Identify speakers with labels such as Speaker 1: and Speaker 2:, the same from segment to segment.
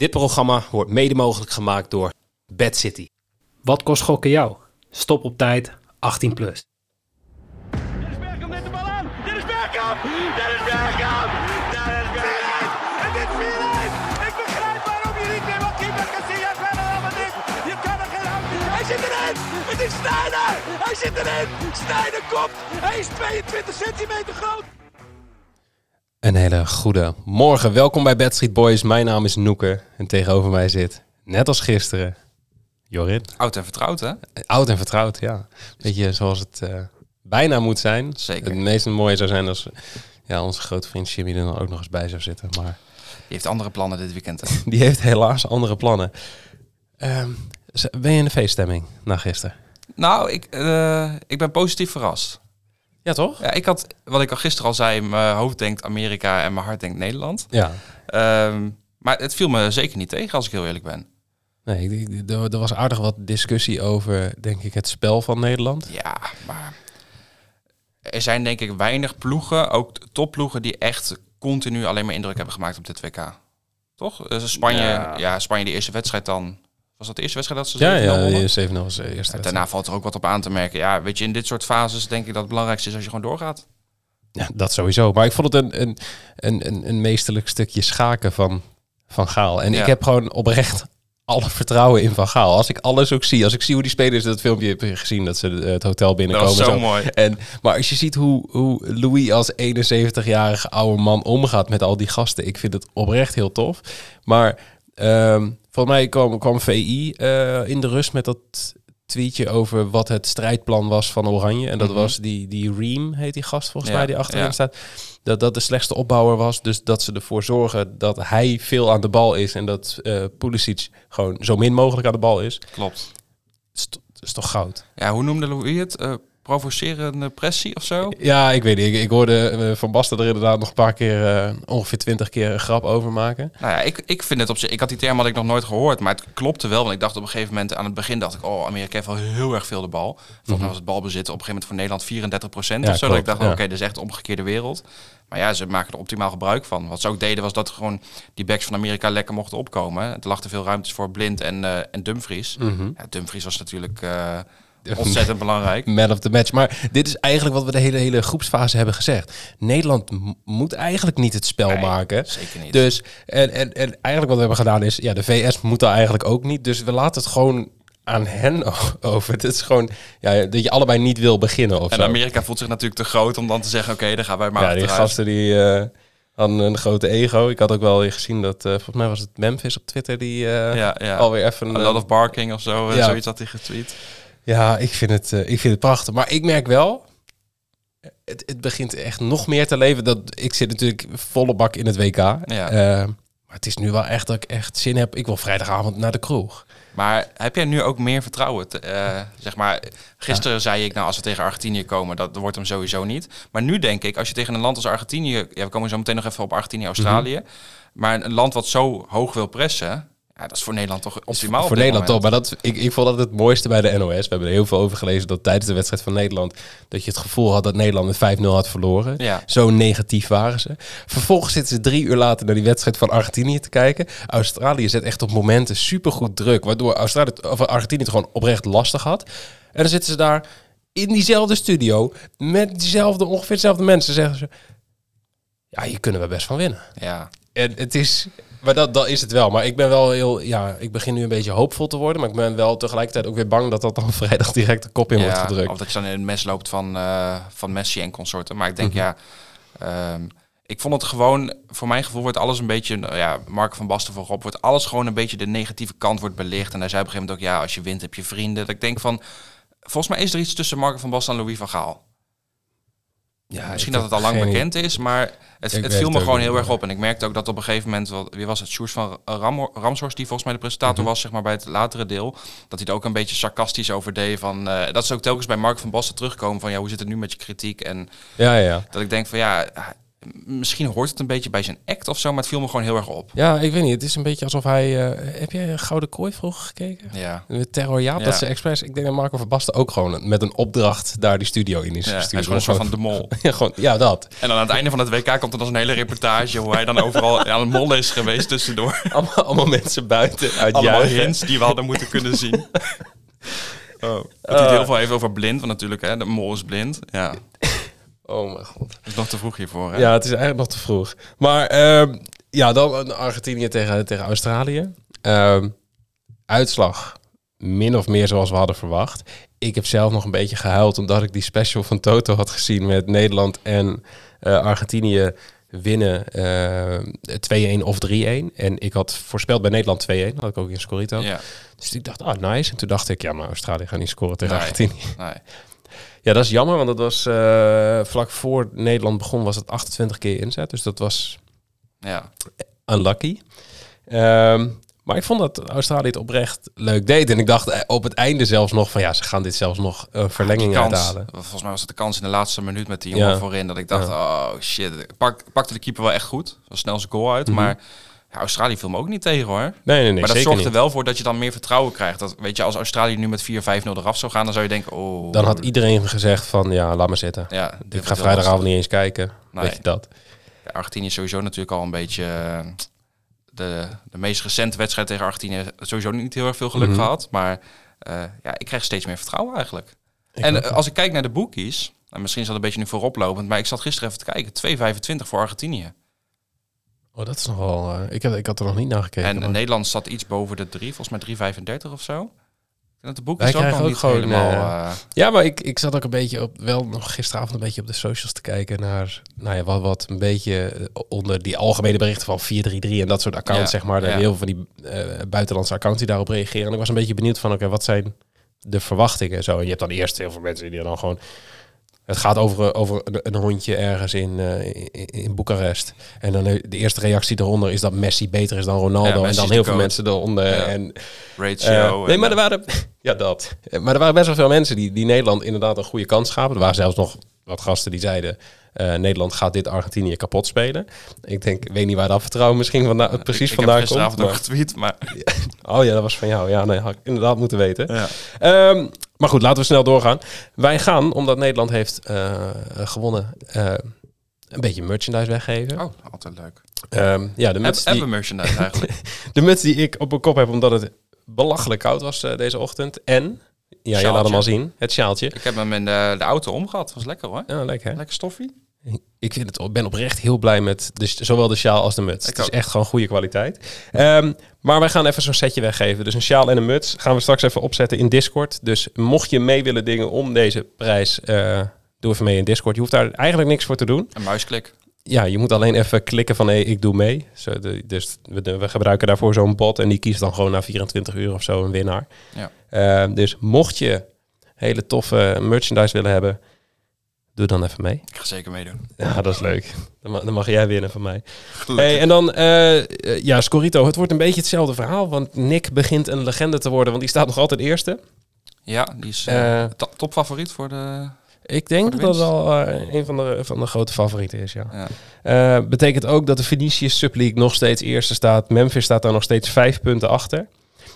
Speaker 1: Dit programma wordt mede mogelijk gemaakt door Bad City.
Speaker 2: Wat kost gokken jou? Stop op tijd, 18+.
Speaker 3: Dennis Bergkamp neemt de bal aan. Dennis Bergkamp! Dennis Bergkamp! Dennis Bergkamp! Het is 4-1! Ik begrijp waarom je niet meer wat keeper Casillas verder dan met dit. Je kan er geen hout in. Hij zit erin! Het is Sneijder! Hij zit erin! Sneijder komt! Hij is 22 centimeter groot!
Speaker 1: Een hele goede morgen. Welkom bij Bad Street Boys. Mijn naam is Noeke en tegenover mij zit, net als gisteren, Jorrit.
Speaker 4: Oud en vertrouwd, hè?
Speaker 1: Oud en vertrouwd, ja. Beetje zoals het bijna moet zijn.
Speaker 4: Zeker.
Speaker 1: Het meest mooie zou zijn als onze grote vriend Jimmy er dan ook nog eens bij zou zitten. Maar
Speaker 4: Die heeft andere plannen dit weekend, hè?
Speaker 1: die heeft helaas andere plannen. Ben je in de feeststemming na gisteren?
Speaker 4: Nou, ik ben positief verrast.
Speaker 1: Ja, toch?
Speaker 4: Ja, ik had, wat ik al gisteren al zei, mijn hoofd denkt Amerika en mijn hart denkt Nederland.
Speaker 1: Ja.
Speaker 4: Maar het viel me zeker niet tegen, als ik heel eerlijk ben.
Speaker 1: Nee, er was aardig wat discussie over, denk ik, het spel van Nederland.
Speaker 4: Ja, maar er zijn denk ik weinig ploegen, ook topploegen, die echt continu alleen maar indruk hebben gemaakt op dit WK. Toch? Spanje de eerste wedstrijd dan. Was dat de eerste wedstrijd dat ze 7-0 wonnen?
Speaker 1: 7-0 was de eerste wedstrijd.
Speaker 4: Daarna valt er ook wat op aan te merken. Ja, weet je, in dit soort fases denk ik dat het belangrijkste is als je gewoon doorgaat.
Speaker 1: Ja, dat sowieso. Maar ik vond het een meesterlijk stukje schaken van Gaal. En ik heb gewoon oprecht alle vertrouwen in Van Gaal. Als ik alles ook zie, als ik zie hoe die spelers dat filmpje hebben gezien, dat ze het hotel binnenkomen.
Speaker 4: Dat was zo mooi.
Speaker 1: Maar als je ziet hoe Louis als 71-jarige oude man omgaat met al die gasten, ik vind het oprecht heel tof. Maar volgens mij kwam VI in de rust met dat tweetje over wat het strijdplan was van Oranje. En dat was die Ream, heet die gast volgens mij, die achterin staat. Dat de slechtste opbouwer was. Dus dat ze ervoor zorgen dat hij veel aan de bal is. En dat Pulisic gewoon zo min mogelijk aan de bal is.
Speaker 4: Klopt.
Speaker 1: Dat is toch goud?
Speaker 4: Ja, hoe noemde Louis het? Provocerende pressie of zo?
Speaker 1: Ja, ik weet niet. Ik hoorde Van Basten er inderdaad nog een paar keer, ongeveer 20 keer een grap over maken.
Speaker 4: Nou ja, ik vind het op zich. Ik had die term nog nooit gehoord, maar het klopte wel. Want ik dacht op een gegeven moment aan het begin dacht ik, Amerika heeft wel heel erg veel de bal. Volgens mij was het balbezit op een gegeven moment voor Nederland 34% of zo. Dat ik dacht, oké, dat is echt de omgekeerde wereld. Maar ja, ze maken er optimaal gebruik van. Wat ze ook deden was dat gewoon die backs van Amerika lekker mochten opkomen. Er lag te veel ruimtes voor Blind en Dumfries. Ja, Dumfries was natuurlijk ontzettend belangrijk.
Speaker 1: Man of the match. Maar dit is eigenlijk wat we de hele groepsfase hebben gezegd. Nederland moet eigenlijk niet het spel maken.
Speaker 4: Zeker niet.
Speaker 1: Dus, en eigenlijk wat we hebben gedaan is, ja, de VS moet daar eigenlijk ook niet. Dus we laten het gewoon aan hen over. Het is gewoon dat je allebei niet wil beginnen of
Speaker 4: en
Speaker 1: zo.
Speaker 4: Amerika voelt zich natuurlijk te groot om dan te zeggen, oké, dan gaan wij maar
Speaker 1: die gasten die hadden een grote ego. Ik had ook wel gezien dat, volgens mij was het Memphis op Twitter, die alweer even...
Speaker 4: A lot of barking of zo, zoiets had hij getweet.
Speaker 1: Ja, ik vind het prachtig. Maar ik merk wel, het begint echt nog meer te leven. Ik zit natuurlijk volle bak in het WK.
Speaker 4: Ja.
Speaker 1: Maar het is nu wel echt dat ik echt zin heb. Ik wil vrijdagavond naar de kroeg.
Speaker 4: Maar heb jij nu ook meer vertrouwen? Zeg maar, gisteren zei ik, als we tegen Argentinië komen, dat wordt hem sowieso niet. Maar nu denk ik, als je tegen een land als Argentinië... Ja, we komen zo meteen nog even op Argentinië, Australië. Maar een land wat zo hoog wil pressen... Ja, dat is voor Nederland toch optimaal.
Speaker 1: Voor Nederland toch, maar ik vond dat het mooiste bij de NOS. We hebben er heel veel over gelezen dat tijdens de wedstrijd van Nederland... dat je het gevoel had dat Nederland met 5-0 had verloren. Ja. Zo negatief waren ze. Vervolgens zitten ze 3 uur later naar die wedstrijd van Argentinië te kijken. Australië zet echt op momenten supergoed druk... waardoor Argentinië het gewoon oprecht lastig had. En dan zitten ze daar in diezelfde studio... met ongeveer dezelfde mensen, zeggen ze... Ja, hier kunnen we best van winnen.
Speaker 4: Ja.
Speaker 1: En het is... Maar dat is het wel. Maar ik ben wel heel... Ja, ik begin nu een beetje hoopvol te worden. Maar ik ben wel tegelijkertijd ook weer bang dat dan vrijdag direct de kop in wordt gedrukt.
Speaker 4: Of dat je dan in het mes loopt van Messi en consorten. Maar ik denk, ik vond het gewoon... Voor mijn gevoel wordt alles een beetje... Mark van Basten voorop. Wordt alles gewoon een beetje de negatieve kant wordt belicht. En hij zei op een gegeven moment ook... Ja, als je wint heb je vrienden. Dat ik denk van... Volgens mij is er iets tussen Mark van Basten en Louis van Gaal. Ja, misschien dat het al lang bekend is, maar het viel me gewoon heel erg op. En ik merkte ook dat op een gegeven moment, wie was het, Sjoerd van Ramshorst, die volgens mij de presentator was, zeg maar bij het latere deel, dat hij er ook een beetje sarcastisch over deed. Van, dat is ook telkens bij Mark van Basten terugkomen van, hoe zit het nu met je kritiek? En dat ik denk van, Misschien hoort het een beetje bij zijn act of zo, maar het viel me gewoon heel erg op.
Speaker 1: Ja, ik weet niet. Het is een beetje alsof hij... heb jij Gouden Kooi vroeger gekeken?
Speaker 4: Ja.
Speaker 1: Met Terror Jaap,
Speaker 4: Ja.
Speaker 1: dat ze expres... Ik denk dat Marco van Basten ook gewoon met een opdracht daar die studio in is
Speaker 4: Ja, hij
Speaker 1: gestuurd.
Speaker 4: is gewoon een soort van de mol.
Speaker 1: Ja, gewoon, ja, dat.
Speaker 4: En dan aan het einde van het WK komt er dan een hele reportage hoe hij dan overal aan het mollen is geweest tussendoor.
Speaker 1: Allemaal mensen buiten uit
Speaker 4: Allemaal
Speaker 1: juichen.
Speaker 4: hints die we hadden moeten kunnen zien. Dat hij het heel veel heeft over blind, want natuurlijk, hè, de mol is blind. Ja,
Speaker 1: Oh mijn god.
Speaker 4: dat is nog te vroeg hiervoor. Hè?
Speaker 1: Ja, het is eigenlijk nog te vroeg. Maar dan Argentinië tegen Australië. Uitslag min of meer zoals we hadden verwacht. Ik heb zelf nog een beetje gehuild omdat ik die special van Toto had gezien met Nederland en Argentinië winnen 2-1 of 3-1. En ik had voorspeld bij Nederland 2-1. Had ik ook in Scorito.
Speaker 4: Ja.
Speaker 1: Dus ik dacht, nice. En toen dacht ik, ja, maar Australië gaat niet scoren tegen
Speaker 4: Nee.
Speaker 1: Argentinië.
Speaker 4: Nee.
Speaker 1: Ja, dat is jammer, want dat was vlak voor Nederland begon was het 28 keer inzet. Dus dat was
Speaker 4: Ja.
Speaker 1: unlucky. Maar ik vond dat Australië het oprecht leuk deed. En ik dacht op het einde zelfs nog van ja, ze gaan dit zelfs nog verlenging
Speaker 4: Die kans,
Speaker 1: uithalen.
Speaker 4: volgens mij was het de kans in de laatste minuut met die jongen
Speaker 1: Ja.
Speaker 4: voorin. Dat ik dacht, oh shit, pakte de keeper wel echt goed. Was snel zijn goal uit. Maar ja, Australië viel me ook niet tegen hoor.
Speaker 1: Nee,
Speaker 4: Maar dat
Speaker 1: zeker
Speaker 4: zorgt er
Speaker 1: niet.
Speaker 4: wel voor dat je dan meer vertrouwen krijgt. Dat, weet je, als Australië nu met 4-5-0 eraf zou gaan, dan zou je denken, oh...
Speaker 1: Dan had iedereen gezegd van ja, laat maar zitten.
Speaker 4: Ja, dit
Speaker 1: Ik
Speaker 4: wordt
Speaker 1: ga
Speaker 4: heel
Speaker 1: vrijdagavond
Speaker 4: lastig.
Speaker 1: niet eens kijken.
Speaker 4: Nee.
Speaker 1: Weet je dat?
Speaker 4: Ja, Argentinië is sowieso natuurlijk al een beetje... De meest recente wedstrijd tegen Argentinië sowieso niet heel erg veel geluk gehad. Maar ja, ik krijg steeds meer vertrouwen eigenlijk. Als ik kijk naar de bookies, en misschien is dat een beetje nu vooroplopend, maar ik zat gisteren even te kijken, 2,25 voor Argentinië.
Speaker 1: Oh, dat is nogal... ik had er nog niet naar gekeken.
Speaker 4: En
Speaker 1: maar
Speaker 4: Nederland zat iets boven de 3, volgens mij 3,35 of zo. En dat de bookies
Speaker 1: Wij
Speaker 4: ook
Speaker 1: krijgen
Speaker 4: nog
Speaker 1: ook
Speaker 4: niet
Speaker 1: gewoon,
Speaker 4: helemaal...
Speaker 1: Ja, maar ik zat ook een beetje wel nog gisteravond een beetje op de socials te kijken naar nou ja, wat een beetje onder die algemene berichten van 433 en dat soort accounts,
Speaker 4: Ja,
Speaker 1: zeg maar. Daar
Speaker 4: ja.
Speaker 1: heel veel van die buitenlandse accounts die daarop reageren. En ik was een beetje benieuwd van, oké, wat zijn de verwachtingen? Zo, en je hebt dan eerst heel veel mensen die dan gewoon... Het gaat over een hondje ergens in Boekarest. En dan de eerste reactie eronder is dat Messi beter is dan Ronaldo.
Speaker 4: Ja,
Speaker 1: en
Speaker 4: Messi
Speaker 1: dan
Speaker 4: is
Speaker 1: heel
Speaker 4: de
Speaker 1: veel
Speaker 4: goat.
Speaker 1: mensen eronder.
Speaker 4: Ja.
Speaker 1: En
Speaker 4: ratio.
Speaker 1: nee, maar er waren... Ja, dat. Maar er waren best wel veel mensen die Nederland inderdaad een goede kans gaven. Er waren zelfs nog wat gasten die zeiden... Nederland gaat dit Argentinië kapot spelen. Ik denk, ik weet niet waar dat vertrouwen misschien precies
Speaker 4: ik
Speaker 1: vandaan
Speaker 4: heb gisteravond
Speaker 1: komt.
Speaker 4: ook getweet, maar...
Speaker 1: Oh ja, dat was van jou. Ja, nee, had ik inderdaad moeten weten.
Speaker 4: Ja.
Speaker 1: Maar goed, laten we snel doorgaan. Wij gaan, omdat Nederland heeft gewonnen... een beetje merchandise weggeven.
Speaker 4: Oh, altijd leuk.
Speaker 1: Ja, de muts
Speaker 4: Hebben we merchandise eigenlijk?
Speaker 1: de muts die ik op mijn kop heb, omdat het belachelijk koud was deze ochtend. En, ja, jij laat hem al zien, het sjaaltje.
Speaker 4: Ik heb hem in de auto omgehad. Was lekker hoor.
Speaker 1: Ja, lekker hè?
Speaker 4: Lekker stoffie.
Speaker 1: Ik ben oprecht heel blij met zowel de sjaal als de muts.
Speaker 4: Ik
Speaker 1: Het is
Speaker 4: ook.
Speaker 1: echt gewoon goede kwaliteit. Maar wij gaan even zo'n setje weggeven. Dus een sjaal en een muts gaan we straks even opzetten in Discord. Dus mocht je mee willen dingen om deze prijs, doe even mee in Discord. Je hoeft daar eigenlijk niks voor te doen.
Speaker 4: Een muisklik.
Speaker 1: Ja, je moet alleen even klikken van ik doe mee. Dus we gebruiken daarvoor zo'n bot en die kiest dan gewoon na 24 uur of zo een winnaar.
Speaker 4: Ja.
Speaker 1: Dus mocht je hele toffe merchandise willen hebben, doe dan even mee.
Speaker 4: Ik ga zeker meedoen.
Speaker 1: Ja, dat is leuk. Dan mag jij winnen van mij.
Speaker 4: Gelukkig.
Speaker 1: Hey, en dan, ja, Scorito. Het wordt een beetje hetzelfde verhaal, want Nick begint een legende te worden, want die staat nog altijd eerste.
Speaker 4: Ja, die is topfavoriet voor de...
Speaker 1: Ik denk
Speaker 4: Voor de
Speaker 1: dat dat
Speaker 4: winst?
Speaker 1: wel een van de grote favorieten is, ja.
Speaker 4: Ja.
Speaker 1: Betekent ook dat de Vinicius Subleague nog steeds eerste staat. Memphis staat daar nog steeds 5 punten achter.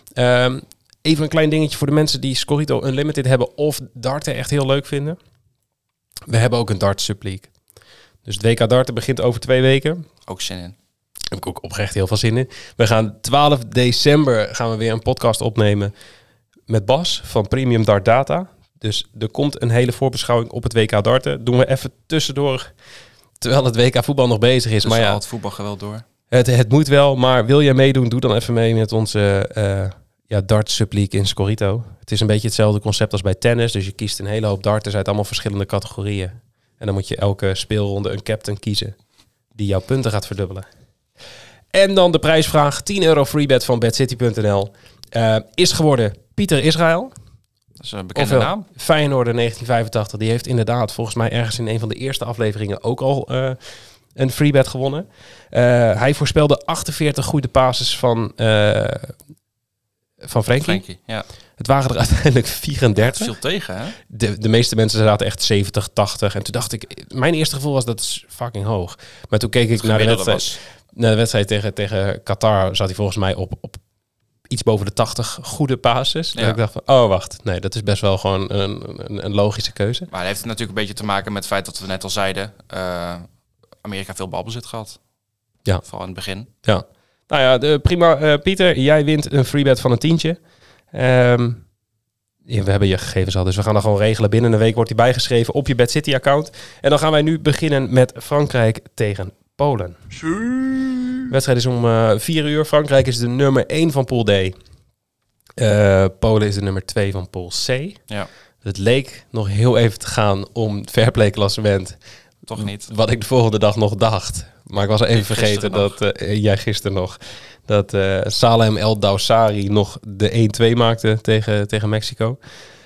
Speaker 1: Even een klein dingetje voor de mensen die Scorito Unlimited hebben of darten echt heel leuk vinden. We hebben ook een dart Subleague. Dus het WK darten begint over 2 weken.
Speaker 4: Ook zin in.
Speaker 1: Daar heb ik ook oprecht heel veel zin in. We gaan 12 december gaan we weer een podcast opnemen met Bas van Premium Dart Data. Dus er komt een hele voorbeschouwing op het WK darten. Doen we even tussendoor, terwijl het WK voetbal nog bezig is.
Speaker 4: Dus
Speaker 1: Maar ja,
Speaker 4: het voetbalgeweld door.
Speaker 1: het moet wel. Maar wil jij meedoen, doe dan even mee met onze dart subleague in Scorito. Het is een beetje hetzelfde concept als bij tennis. Dus je kiest een hele hoop darters uit allemaal verschillende categorieën. En dan moet je elke speelronde een captain kiezen die jouw punten gaat verdubbelen. En dan de prijsvraag. €10 freebet van bedcity.nl. Is geworden Pieter Israël.
Speaker 4: Dat is een bekende
Speaker 1: Ofwel,
Speaker 4: naam.
Speaker 1: Feyenoord 1985. Die heeft inderdaad volgens mij ergens in een van de eerste afleveringen ook al een freebet gewonnen. Hij voorspelde 48 goede passes van van Frenkie.
Speaker 4: Frenkie, ja.
Speaker 1: Het waren er uiteindelijk 34.
Speaker 4: Veel tegen, hè?
Speaker 1: De meeste mensen zaten echt 70, 80. En toen dacht ik, mijn eerste gevoel was dat is fucking hoog. Maar toen keek ik naar de wedstrijd tegen Qatar. Zat hij volgens mij op iets boven de 80 goede basis.
Speaker 4: Ja.
Speaker 1: En ik dacht van, oh wacht, nee, dat is best wel gewoon een logische keuze.
Speaker 4: Maar het heeft natuurlijk een beetje te maken met het feit dat we net al zeiden. Amerika veel balbezit gehad.
Speaker 1: Ja.
Speaker 4: Vooral in het begin.
Speaker 1: Ja. Nou ja, prima. Pieter, jij wint een freebet van een tientje. Ja, we hebben je gegevens al, dus we gaan dat gewoon regelen. Binnen een week wordt die bijgeschreven op je Bad City account. En dan gaan wij nu beginnen met Frankrijk tegen Polen. De wedstrijd is om 4 uur. Frankrijk is de nummer 1 van Pool D. Polen is de nummer 2 van Pool C.
Speaker 4: Ja.
Speaker 1: Het leek nog heel even te gaan om het fairplay klassement.
Speaker 4: Toch niet.
Speaker 1: Wat ik de volgende dag nog dacht. Maar ik was even vergeten dat jij gisteren nog... dat Salem El Dawsari nog de 1-2 maakte tegen Mexico.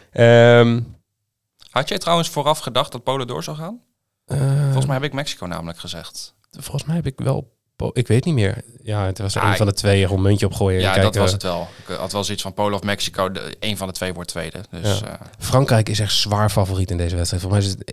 Speaker 4: Had jij trouwens vooraf gedacht dat Polen door zou gaan? Volgens mij heb ik Mexico namelijk gezegd.
Speaker 1: Volgens mij heb ik wel... Ik weet niet meer. Ja, het was een van de twee. Gewoon een muntje opgooien.
Speaker 4: Ja,
Speaker 1: kijken.
Speaker 4: dat was het wel. Ik had wel zoiets van Polen of Mexico. Een van de twee wordt tweede. Dus,
Speaker 1: ja. Frankrijk is echt zwaar favoriet in deze wedstrijd. Volgens mij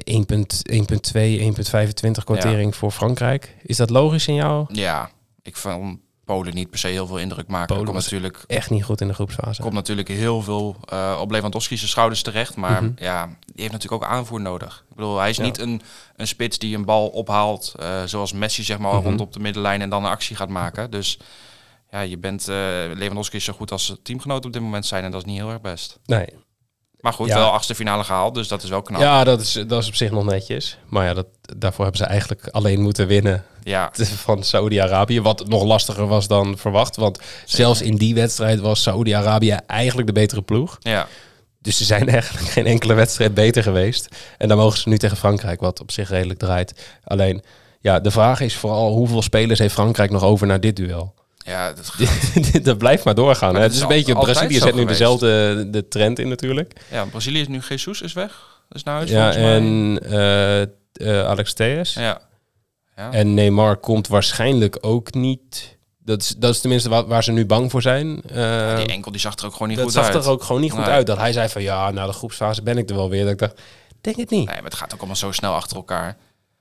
Speaker 1: is het 1,2, 1,25 kwartering voor Frankrijk. Is dat logisch in jou?
Speaker 4: Ja, ik vond Polen niet per se heel veel indruk maken.
Speaker 1: Polen
Speaker 4: Komt
Speaker 1: was
Speaker 4: natuurlijk
Speaker 1: echt niet goed in de groepsfase.
Speaker 4: Komt natuurlijk heel veel op Lewandowski's schouders terecht. Maar ja, die heeft natuurlijk ook aanvoer nodig. Ik bedoel, hij is niet een spits die een bal ophaalt. Zoals Messi, zeg maar, rond op de middenlijn en dan een actie gaat maken. Dus ja, je bent Lewandowski is zo goed als teamgenoot op dit moment zijn. En dat is niet heel erg best.
Speaker 1: Nee.
Speaker 4: Maar goed, wel achtste finale gehaald. Dus dat is wel knap.
Speaker 1: Ja, dat is op zich nog netjes. Maar ja, daarvoor hebben ze eigenlijk alleen moeten winnen.
Speaker 4: Ja.
Speaker 1: Van Saudi-Arabië, wat nog lastiger was dan verwacht. Want zelfs in die wedstrijd was Saudi-Arabië eigenlijk de betere ploeg.
Speaker 4: Ja.
Speaker 1: Dus ze zijn eigenlijk geen enkele wedstrijd beter geweest. En dan mogen ze nu tegen Frankrijk, wat op zich redelijk draait. Alleen, ja, de vraag is vooral hoeveel spelers heeft Frankrijk nog over naar dit duel?
Speaker 4: Ja,
Speaker 1: dat blijft maar doorgaan.
Speaker 4: Maar
Speaker 1: Het is een beetje, Brazilië zet nu dezelfde de trend in natuurlijk.
Speaker 4: Ja, Brazilië is nu Jesus is weg. Dat is naar huis,
Speaker 1: ja, en Alex Telles.
Speaker 4: Ja.
Speaker 1: En Neymar komt waarschijnlijk ook niet. Dat is tenminste waar ze nu bang voor zijn.
Speaker 4: Die enkel die zag er ook gewoon niet goed uit.
Speaker 1: Dat zag er ook gewoon niet goed uit. Dat hij zei van ja, na de groepsfase ben ik er wel weer. Dat ik dacht, denk het niet.
Speaker 4: Nee, maar het gaat ook allemaal zo snel achter elkaar.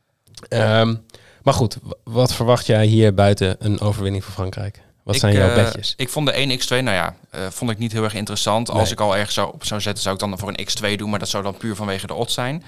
Speaker 1: Maar goed, wat verwacht jij hier buiten een overwinning voor Frankrijk? Wat zijn jouw bedjes?
Speaker 4: Ik vond de 1x2, vond ik niet heel erg interessant.
Speaker 1: Nee.
Speaker 4: Als ik al ergens op zou zetten, zou ik dan voor een x2 doen. Maar dat zou dan puur vanwege de odds zijn.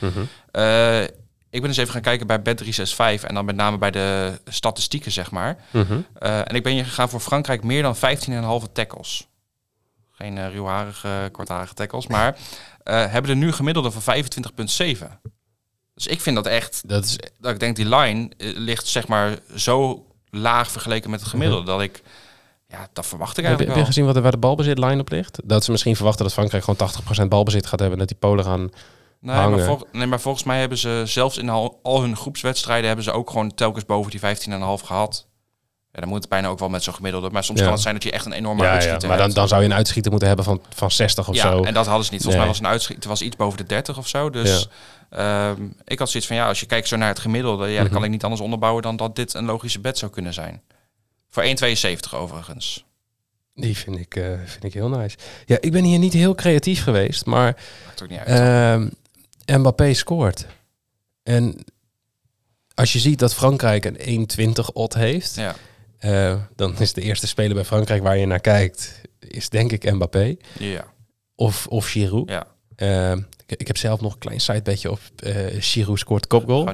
Speaker 4: Ik ben eens even gaan kijken bij Bet365 en dan met name bij de statistieken, zeg maar. En ik ben hier gegaan voor Frankrijk meer dan 15,5 tackles. Geen ruwharige, kortharige tackles, maar hebben er nu gemiddelde van 25,7. Dus ik vind dat echt, dat ik denk die line ligt zeg maar zo laag vergeleken met het gemiddelde, dat ik, dat verwacht ik eigenlijk
Speaker 1: Heb je gezien waar de balbezit line op ligt? Dat ze misschien verwachten dat Frankrijk gewoon 80% balbezit gaat hebben, dat die Polen gaan...
Speaker 4: Maar volgens mij hebben ze zelfs in al hun groepswedstrijden hebben ze ook gewoon telkens boven die 15,5 gehad. Ja, dan moet het bijna ook wel met zo'n gemiddelde. Maar soms kan het zijn dat je echt een enorme uitschieter
Speaker 1: hebt. Maar dan zou je een uitschieter moeten hebben van 60 of zo.
Speaker 4: Ja, en dat hadden ze niet. Volgens mij was een uitschieter was iets boven de 30 of zo. Dus ik had zoiets van, als je kijkt zo naar het gemiddelde, dan kan ik niet anders onderbouwen dan dat dit een logische bet zou kunnen zijn. Voor 1,72 overigens.
Speaker 1: Die vind ik heel nice. Ja, ik ben hier niet heel creatief geweest, maar...
Speaker 4: Maakt ook niet uit.
Speaker 1: Mbappé scoort. En als je ziet dat Frankrijk een 1,20 odd heeft... dan is de eerste speler bij Frankrijk waar je naar kijkt... is denk ik Mbappé.
Speaker 4: Ja.
Speaker 1: Of Giroud.
Speaker 4: Ja.
Speaker 1: Ik heb zelf nog een klein sidebedje op Giroud scoort kopgoal.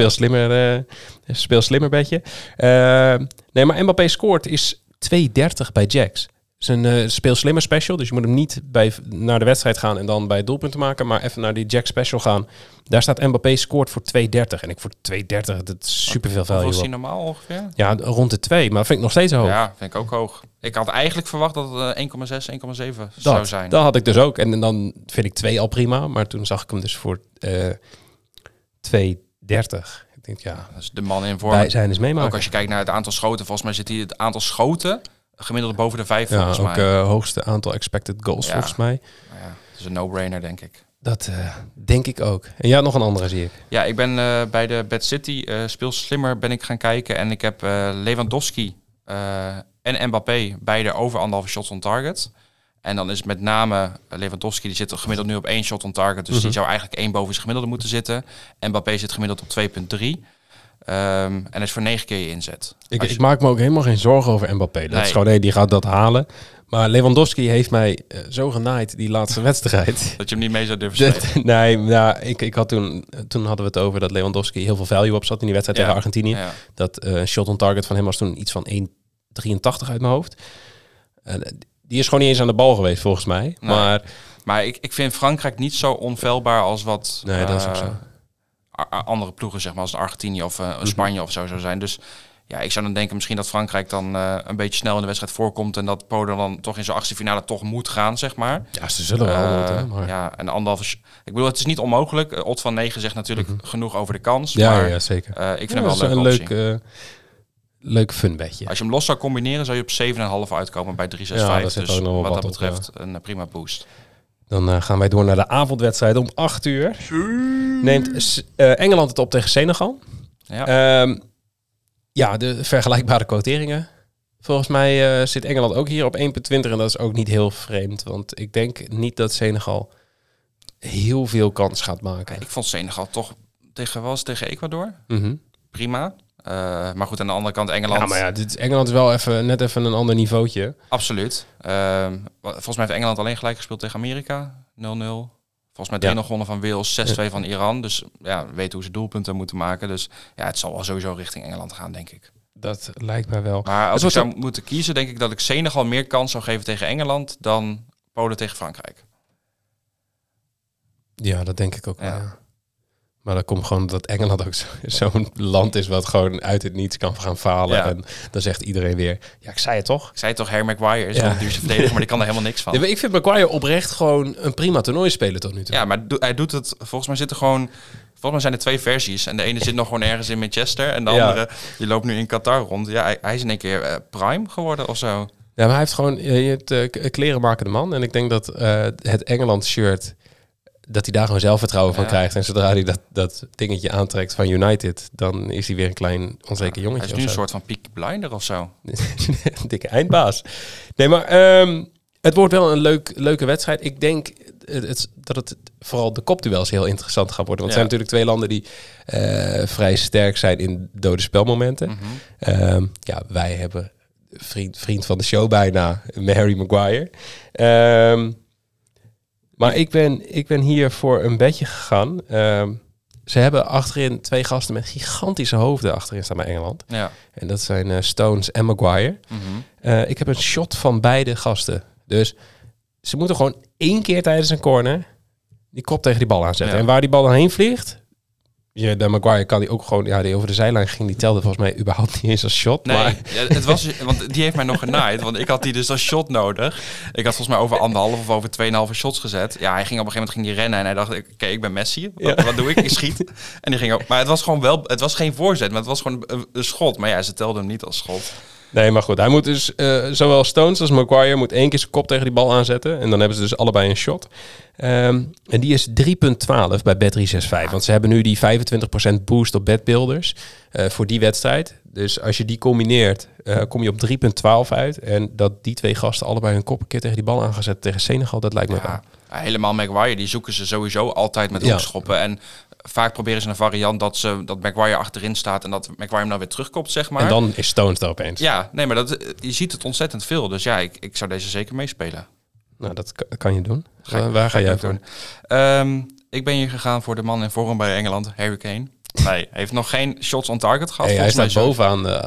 Speaker 1: Speel slimmer bedje. Nee, maar Mbappé scoort is 2,30 bij Jacks. Het is een speel slimmer special, dus je moet hem niet naar de wedstrijd gaan en dan bij doelpunten maken, maar even naar die Jack special gaan. Daar staat Mbappé scoort voor 2,30. En ik voor 2,30, dat is superveel value.
Speaker 4: Hoeveel is hij normaal ongeveer?
Speaker 1: Ja, rond de 2, maar dat vind ik nog steeds hoog.
Speaker 4: Ja, vind ik ook hoog. Ik had eigenlijk verwacht dat het 1,6, 1,7 zou zijn.
Speaker 1: Dat had ik dus ook. En dan vind ik 2 al prima, maar toen zag ik hem dus voor 2,30. Ik denk,
Speaker 4: dat is de man in vorm.
Speaker 1: Wij zijn eens meemaken.
Speaker 4: Ook als je kijkt naar het aantal schoten, volgens mij zit hier het aantal schoten gemiddeld boven de 5 volgens mij.
Speaker 1: Ja, ook hoogste aantal expected goals volgens mij.
Speaker 4: Ja, het is een no-brainer, denk ik.
Speaker 1: Dat denk ik ook. En ja, nog een andere zie ik.
Speaker 4: Ja, ik ben bij de Bad City speel slimmer ben ik gaan kijken. En ik heb Lewandowski en Mbappé beide over 1,5 shots on target. En dan is het met name Lewandowski, die zit gemiddeld nu op 1 shot on target. Dus die zou eigenlijk 1 boven zijn gemiddelde moeten zitten. En Mbappé zit gemiddeld op 2,3. En dat is voor 9 keer je inzet.
Speaker 1: Ik maak me ook helemaal geen zorgen over Mbappé. Dat is gewoon, die gaat dat halen. Maar Lewandowski heeft mij zo genaaid die laatste wedstrijd.
Speaker 4: Dat je hem niet mee zou durven spelen.
Speaker 1: Nee, ik had toen hadden we het over dat Lewandowski heel veel value op zat in die wedstrijd tegen Argentinië. Ja. Dat shot on target van hem was toen iets van 1,83 uit mijn hoofd. Die is gewoon niet eens aan de bal geweest volgens mij.
Speaker 4: Nee. Maar ik vind Frankrijk niet zo onfeilbaar als wat
Speaker 1: dat is ook zo.
Speaker 4: Andere ploegen, zeg maar, als Argentinië of Spanje of zo zou zijn. Dus ja, ik zou dan denken misschien dat Frankrijk dan een beetje snel in de wedstrijd voorkomt en dat Polen dan toch in zo'n achtste finale toch moet gaan, zeg maar.
Speaker 1: Ja, ze zullen wel moeten. Maar...
Speaker 4: Ja, en ik bedoel, het is niet onmogelijk. Odd van 9 zegt natuurlijk genoeg over de kans.
Speaker 1: Ja,
Speaker 4: maar,
Speaker 1: ja zeker.
Speaker 4: Ik vind hem wel een
Speaker 1: leuk fun bedje.
Speaker 4: Als je hem los zou combineren, zou je op 7,5 uitkomen bij 3,65.
Speaker 1: Ja,
Speaker 4: dus wat dat betreft een prima boost.
Speaker 1: Dan gaan wij door naar de avondwedstrijd om 8:00. Neemt Engeland het op tegen Senegal. Ja, de vergelijkbare quoteringen. Volgens mij zit Engeland ook hier op 1,20 en dat is ook niet heel vreemd. Want ik denk niet dat Senegal heel veel kans gaat maken.
Speaker 4: Ik vond Senegal toch tegen Ecuador. Prima. Maar goed, aan de andere kant Engeland...
Speaker 1: Ja, maar ja, Engeland is wel net even een ander niveautje.
Speaker 4: Absoluut. Volgens mij heeft Engeland alleen gelijk gespeeld tegen Amerika. 0-0. Volgens mij 3-0 gewonnen van Wales, 6-2 van Iran. Dus ja, weten hoe ze doelpunten moeten maken. Dus ja, het zal wel sowieso richting Engeland gaan, denk ik.
Speaker 1: Dat lijkt mij wel.
Speaker 4: Maar als ik zou moeten kiezen, denk ik dat ik Senegal meer kans zou geven tegen Engeland dan Polen tegen Frankrijk.
Speaker 1: Ja, dat denk ik ook wel. Ja. Maar dat komt gewoon dat Engeland ook zo'n land is wat gewoon uit het niets kan gaan falen. Ja. En dan zegt iedereen weer, ja, ik zei het toch.
Speaker 4: Ik zei het toch, Harry Maguire is een duurste verdediger, maar die kan er helemaal niks van.
Speaker 1: Ja, ik vind Maguire oprecht gewoon een prima toernooi spelen tot nu toe.
Speaker 4: Ja, maar hij doet het, volgens mij zitten gewoon... Volgens mij zijn er 2 versies. En de ene zit nog gewoon ergens in Manchester. En de andere, die loopt nu in Qatar rond. Ja, hij is in één keer prime geworden of zo.
Speaker 1: Ja, maar hij heeft gewoon... Je hebt klerenmakende man. En ik denk dat het Engeland shirt... dat hij daar gewoon zelfvertrouwen van krijgt. En zodra hij dat dingetje aantrekt van United... dan is hij weer een klein onzeker jongetje.
Speaker 4: Hij is nu een soort van Peaky Blinder of zo.
Speaker 1: Dikke eindbaas. Nee, maar het wordt wel een leuke wedstrijd. Ik denk dat het vooral de kopduels heel interessant gaat worden. Want het zijn natuurlijk 2 landen die vrij sterk zijn in dode spelmomenten. Wij hebben vriend van de show bijna, Harry Maguire. Maar ik ben hier voor een bedje gegaan. Ze hebben achterin 2 gasten met gigantische hoofden achterin staan bij Engeland. Ja. En dat zijn Stones en Maguire. Ik heb een shot van beide gasten. Dus ze moeten gewoon 1 keer tijdens een corner die kop tegen die bal aanzetten. Ja. En waar die bal dan heen vliegt... de Maguire kan die ook gewoon... Ja, die over de zijlijn ging, die telde volgens mij überhaupt niet eens als shot.
Speaker 4: Nee,
Speaker 1: maar...
Speaker 4: het was, want die heeft mij nog genaaid. Want ik had die dus als shot nodig. Ik had volgens mij over 1,5 of over 2,5 shots gezet. Ja, hij ging op een gegeven moment rennen en hij dacht... Oké, ik ben Messi. Wat doe ik? Ik schiet. En die ging ook... Maar het was gewoon wel... Het was geen voorzet, maar het was gewoon een schot. Maar ja, ze telden hem niet als schot.
Speaker 1: Nee, maar goed. Hij moet dus zowel Stones als Maguire moet 1 keer zijn kop tegen die bal aanzetten. En dan hebben ze dus allebei een shot. En die is 3,12 bij Bet365. Want ze hebben nu die 25% boost op betbuilders voor die wedstrijd. Dus als je die combineert, kom je op 3,12 uit. En dat die 2 gasten allebei hun kop een keer tegen die bal aangezet tegen Senegal, dat lijkt me wel.
Speaker 4: Helemaal Maguire, die zoeken ze sowieso altijd met hoekschoppen. En vaak proberen ze een variant dat Maguire achterin staat en dat Maguire hem nou weer terugkomt, zeg maar.
Speaker 1: En dan is Stones daar opeens.
Speaker 4: Ja, nee, maar je ziet het ontzettend veel. Dus ja, ik zou deze zeker meespelen.
Speaker 1: Nou, dat kan je doen. Waar ga jij voor
Speaker 4: doen? Ik ben hier gegaan voor de man in vorm bij Engeland, Harry Kane. Nee, hij heeft nog geen shots on target gehad.
Speaker 1: Hij staat bovenaan de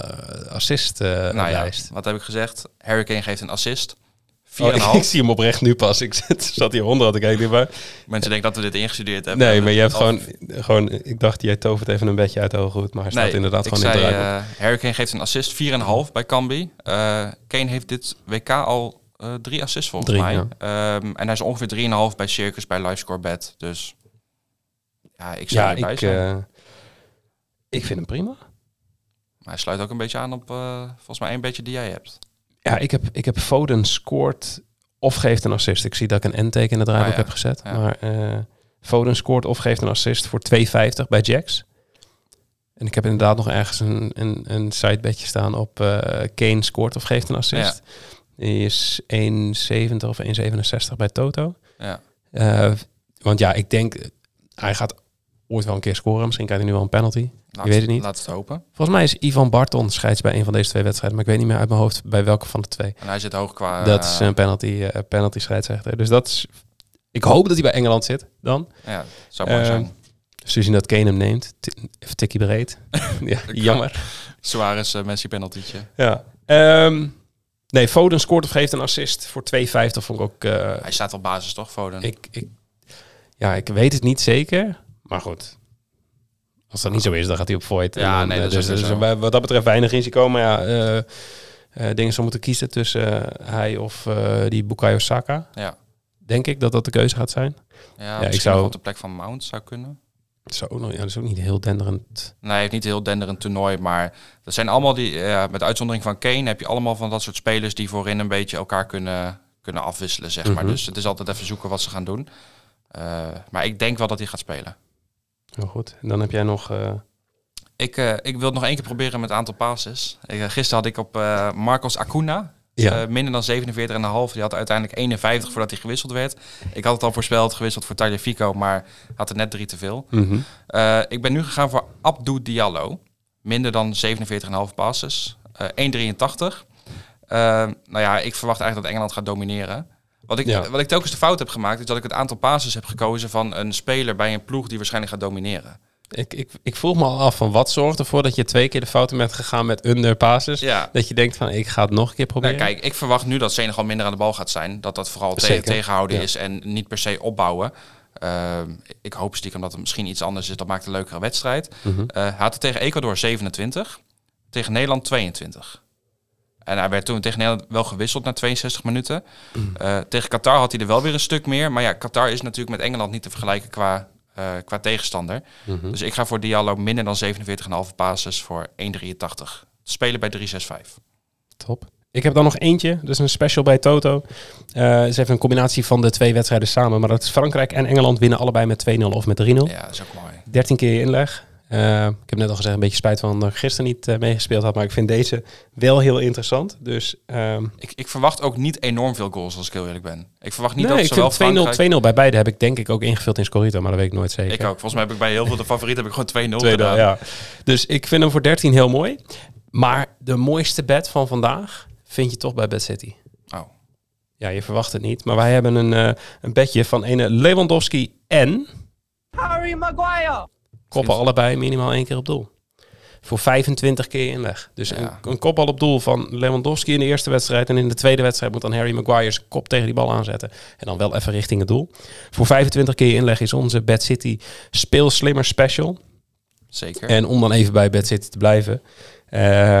Speaker 1: assist-lijst.
Speaker 4: Wat heb ik gezegd? Harry Kane geeft een assist. 4,5.
Speaker 1: Ik zie hem oprecht nu pas. Ik zat hieronder, had ik eigenlijk niet.
Speaker 4: Mensen denken dat we dit ingestudeerd hebben.
Speaker 1: Nee, maar je hebt gewoon... Ik dacht, jij tovert even een beetje uit de hoge hoed. Maar hij staat inderdaad gewoon in de draaiboek.
Speaker 4: Harry Kane geeft een assist, 4,5 bij Cambi. Kane heeft dit WK al 3 assists volgens mij. Ja. En hij is ongeveer 3,5 bij Circus, bij LiveScoreBet. Dus ja, ik zou erbij zijn.
Speaker 1: Ik vind hem prima.
Speaker 4: Maar hij sluit ook een beetje aan op volgens mij een beetje die jij hebt.
Speaker 1: Ja, ik heb Foden scoort of geeft een assist. Ik zie dat ik een N-teken in de draaiboek heb gezet. Ja. Maar Foden scoort of geeft een assist voor 2,50 bij Jacks. En ik heb inderdaad nog ergens een sidebedje staan op Kane scoort of geeft een assist. Die is 1,70 of 1,67 bij Toto.
Speaker 4: Ja.
Speaker 1: Want ja, ik denk, hij gaat ooit wel een keer scoren. Misschien krijgt hij nu wel een penalty. Je weet het niet.
Speaker 4: Laat het hopen.
Speaker 1: Volgens mij is Ivan Barton scheids bij een van deze 2 wedstrijden. Maar ik weet niet meer uit mijn hoofd bij welke van de 2.
Speaker 4: En hij zit hoog qua...
Speaker 1: Dat is een penalty scheidsrechter. Dus dat is... Ik hoop dat hij bij Engeland zit dan.
Speaker 4: Ja, zou mooi zijn.
Speaker 1: Dus we zien dat Kane hem neemt. Even tikkie breed. Ja, jammer.
Speaker 4: Suarez Messi penaltytje.
Speaker 1: Ja. Nee, Foden scoort of geeft een assist voor 2,50 vond ik ook...
Speaker 4: Hij staat wel basis toch, Foden?
Speaker 1: Ik weet het niet zeker. Maar goed. Als dat niet zo is, dan gaat hij op Voigt.
Speaker 4: Ja,
Speaker 1: dan,
Speaker 4: nee, dat
Speaker 1: dus,
Speaker 4: is
Speaker 1: dus
Speaker 4: zo.
Speaker 1: wat dat betreft weinig risico. Maar ja, dingen zo moeten kiezen tussen hij of die Bukayo Saka.
Speaker 4: Ja.
Speaker 1: Denk ik dat de keuze gaat zijn.
Speaker 4: Ja,
Speaker 1: ik
Speaker 4: misschien
Speaker 1: zou-
Speaker 4: nog op de plek van Mount zou kunnen.
Speaker 1: Dat is ook niet heel denderend.
Speaker 4: Nee, hij heeft niet een heel denderend toernooi, maar dat zijn allemaal die, met uitzondering van Kane, heb je allemaal van dat soort spelers die voorin een beetje elkaar kunnen afwisselen, zeg maar.
Speaker 1: Mhm.
Speaker 4: Dus het is altijd even zoeken wat ze gaan doen. Maar ik denk wel dat hij gaat spelen.
Speaker 1: Heel goed. En dan heb jij nog...
Speaker 4: Ik wil het nog 1 keer proberen met het aantal passes. Gisteren had ik op Marcos Acuna.
Speaker 1: Ja.
Speaker 4: Minder dan 47,5. Die had uiteindelijk 51 voordat hij gewisseld werd. Ik had het al voorspeld, gewisseld voor Tagliafico, maar had er net 3 te veel. Ik ben nu gegaan voor Abdou Diallo. Minder dan 47,5 passes. 1,83. Nou ja, ik verwacht eigenlijk dat Engeland gaat domineren. Wat ik telkens de fout heb gemaakt, is dat ik het aantal passes heb gekozen van een speler bij een ploeg die waarschijnlijk gaat domineren.
Speaker 1: Ik vroeg me al af van wat zorgt ervoor dat je 2 keer de fouten bent gegaan met under passes.
Speaker 4: Ja.
Speaker 1: Dat je denkt van ik ga het nog een keer proberen.
Speaker 4: Nou, kijk, ik verwacht nu dat Senegal minder aan de bal gaat zijn. Dat vooral
Speaker 1: Zeker.
Speaker 4: tegenhouden
Speaker 1: Ja.
Speaker 4: is en niet per se opbouwen. Ik hoop stiekem dat het misschien iets anders is. Dat maakt een leukere wedstrijd. Hij had het tegen Ecuador 27. Tegen Nederland 22. En hij werd toen tegen Nederland wel gewisseld na 62 minuten. Tegen Qatar had hij er wel weer een stuk meer. Maar ja, Qatar is natuurlijk met Engeland niet te vergelijken qua tegenstander. Dus ik ga voor Diallo minder dan 47,5 passes voor 1,83. Spelen bij 3,65.
Speaker 1: Top. Ik heb dan nog eentje, dus een special bij Toto. Het is even een combinatie van de 2 wedstrijden samen. Maar dat is Frankrijk en Engeland winnen allebei met 2-0 of met 3-0.
Speaker 4: Ja, dat is ook mooi.
Speaker 1: 13 keer inleg. Ik heb net al gezegd, een beetje spijt van dat ik gisteren niet meegespeeld had. Maar ik vind deze wel heel interessant. Dus,
Speaker 4: Ik verwacht ook niet enorm veel goals, als ik heel eerlijk ben. Ik verwacht niet
Speaker 1: nee,
Speaker 4: dat
Speaker 1: ik
Speaker 4: zowel
Speaker 1: vind 2-0
Speaker 4: Frankrijk...
Speaker 1: bij beide heb ik denk ik ook ingevuld in Scorito. Maar dat weet ik nooit zeker.
Speaker 4: Ik ook. Volgens mij heb ik bij heel veel de favorieten heb ik gewoon 2-0
Speaker 1: 2-0,
Speaker 4: gedaan.
Speaker 1: ja. Dus ik vind hem voor 13 heel mooi. Maar de mooiste bet van vandaag vind je toch bij Bet City.
Speaker 4: Oh.
Speaker 1: Ja, je verwacht het niet. Maar wij hebben een bedje van ene Lewandowski en...
Speaker 3: Harry Maguire.
Speaker 1: koppen allebei minimaal 1 keer op doel. Voor 25 keer inleg. Dus
Speaker 4: Ja.
Speaker 1: een kopbal op doel van Lewandowski in de eerste wedstrijd. En in de tweede wedstrijd moet dan Harry Maguire zijn kop tegen die bal aanzetten. En dan wel even richting het doel. Voor 25 keer inleg is onze Bet City Speel Slimmer Special.
Speaker 4: Zeker.
Speaker 1: En om dan even bij Bet City te blijven. We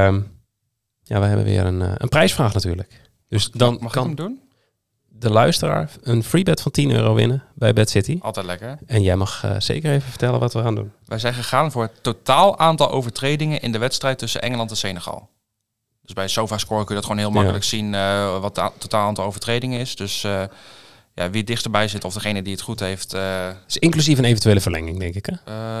Speaker 1: hebben weer een prijsvraag natuurlijk. Dus dan
Speaker 4: Mag ik
Speaker 1: kan
Speaker 4: hem doen?
Speaker 1: de luisteraar een free bet van €10 winnen bij Bet City.
Speaker 4: Altijd lekker.
Speaker 1: En jij mag zeker even vertellen wat we gaan doen.
Speaker 4: Wij zijn gegaan voor het totaal aantal overtredingen in de wedstrijd tussen Engeland en Senegal. Dus bij SofaScore kun je dat gewoon heel makkelijk zien wat het totaal aantal overtredingen is. Dus wie het dichtst erbij zit of degene die het goed heeft.
Speaker 1: Dus inclusief een eventuele verlenging, denk ik, hè?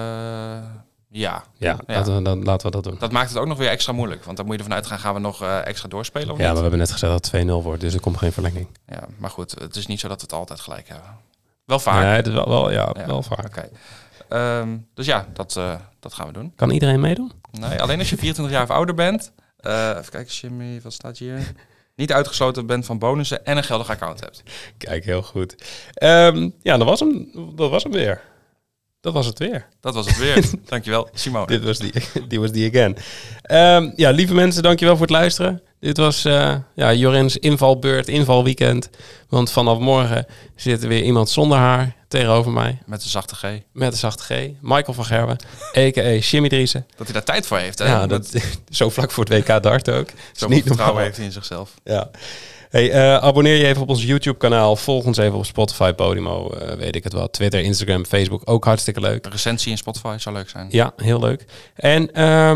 Speaker 4: Ja.
Speaker 1: Ja, laten we dat doen.
Speaker 4: Dat maakt het ook nog weer extra moeilijk. Want dan moet je ervan uitgaan, gaan we nog extra doorspelen of
Speaker 1: Ja, maar
Speaker 4: niet?
Speaker 1: we hebben net gezegd dat het 2-0 wordt, dus er komt geen verlenging.
Speaker 4: Ja, maar goed, het is niet zo dat we het altijd gelijk hebben. Wel vaak.
Speaker 1: Nee, het is wel vaak.
Speaker 4: Oké. Dus ja, dat gaan we doen.
Speaker 1: Kan iedereen meedoen?
Speaker 4: Nee, alleen als je 24 jaar of ouder bent. Even kijken, Jimmy, wat staat hier? Niet uitgesloten bent van bonussen en een geldig account hebt.
Speaker 1: Kijk, heel goed. Dat was hem weer. Dat was het weer.
Speaker 4: Dat was het weer. Dankjewel, Simone.
Speaker 1: Dit was die again. Lieve mensen, dankjewel voor het luisteren. Dit was Jorins invalweekend. Want vanaf morgen zit er weer iemand zonder haar tegenover mij.
Speaker 4: Met de zachte G.
Speaker 1: Met een zachte G. Michael van Gerwen, a.k.a. Jimmy Driessen.
Speaker 4: Dat hij daar tijd voor heeft. Hè?
Speaker 1: Ja, zo vlak voor het WK dart ook.
Speaker 4: Zo
Speaker 1: niet
Speaker 4: vertrouwen
Speaker 1: normaal.
Speaker 4: heeft hij in zichzelf.
Speaker 1: Ja. Hey, abonneer je even op ons YouTube-kanaal. Volg ons even op Spotify, Podimo, weet ik het wel. Twitter, Instagram, Facebook, ook hartstikke leuk.
Speaker 4: Een recensie in Spotify zou leuk zijn.
Speaker 1: Ja, heel leuk. En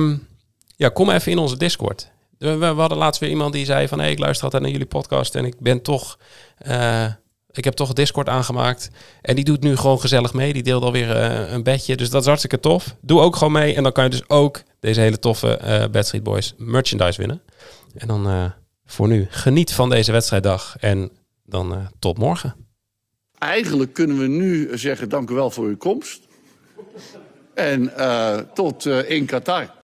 Speaker 1: kom even in onze Discord. We hadden laatst weer iemand die zei van... ik luister altijd naar jullie podcast en ik ben toch... ik heb toch Discord aangemaakt. En die doet nu gewoon gezellig mee. Die deelt alweer een bedje. Dus dat is hartstikke tof. Doe ook gewoon mee. En dan kan je dus ook deze hele toffe Bad Street Boys merchandise winnen. En dan voor nu, geniet van deze wedstrijddag en dan tot morgen.
Speaker 5: Eigenlijk kunnen we nu zeggen dank u wel voor uw komst. En tot in Qatar.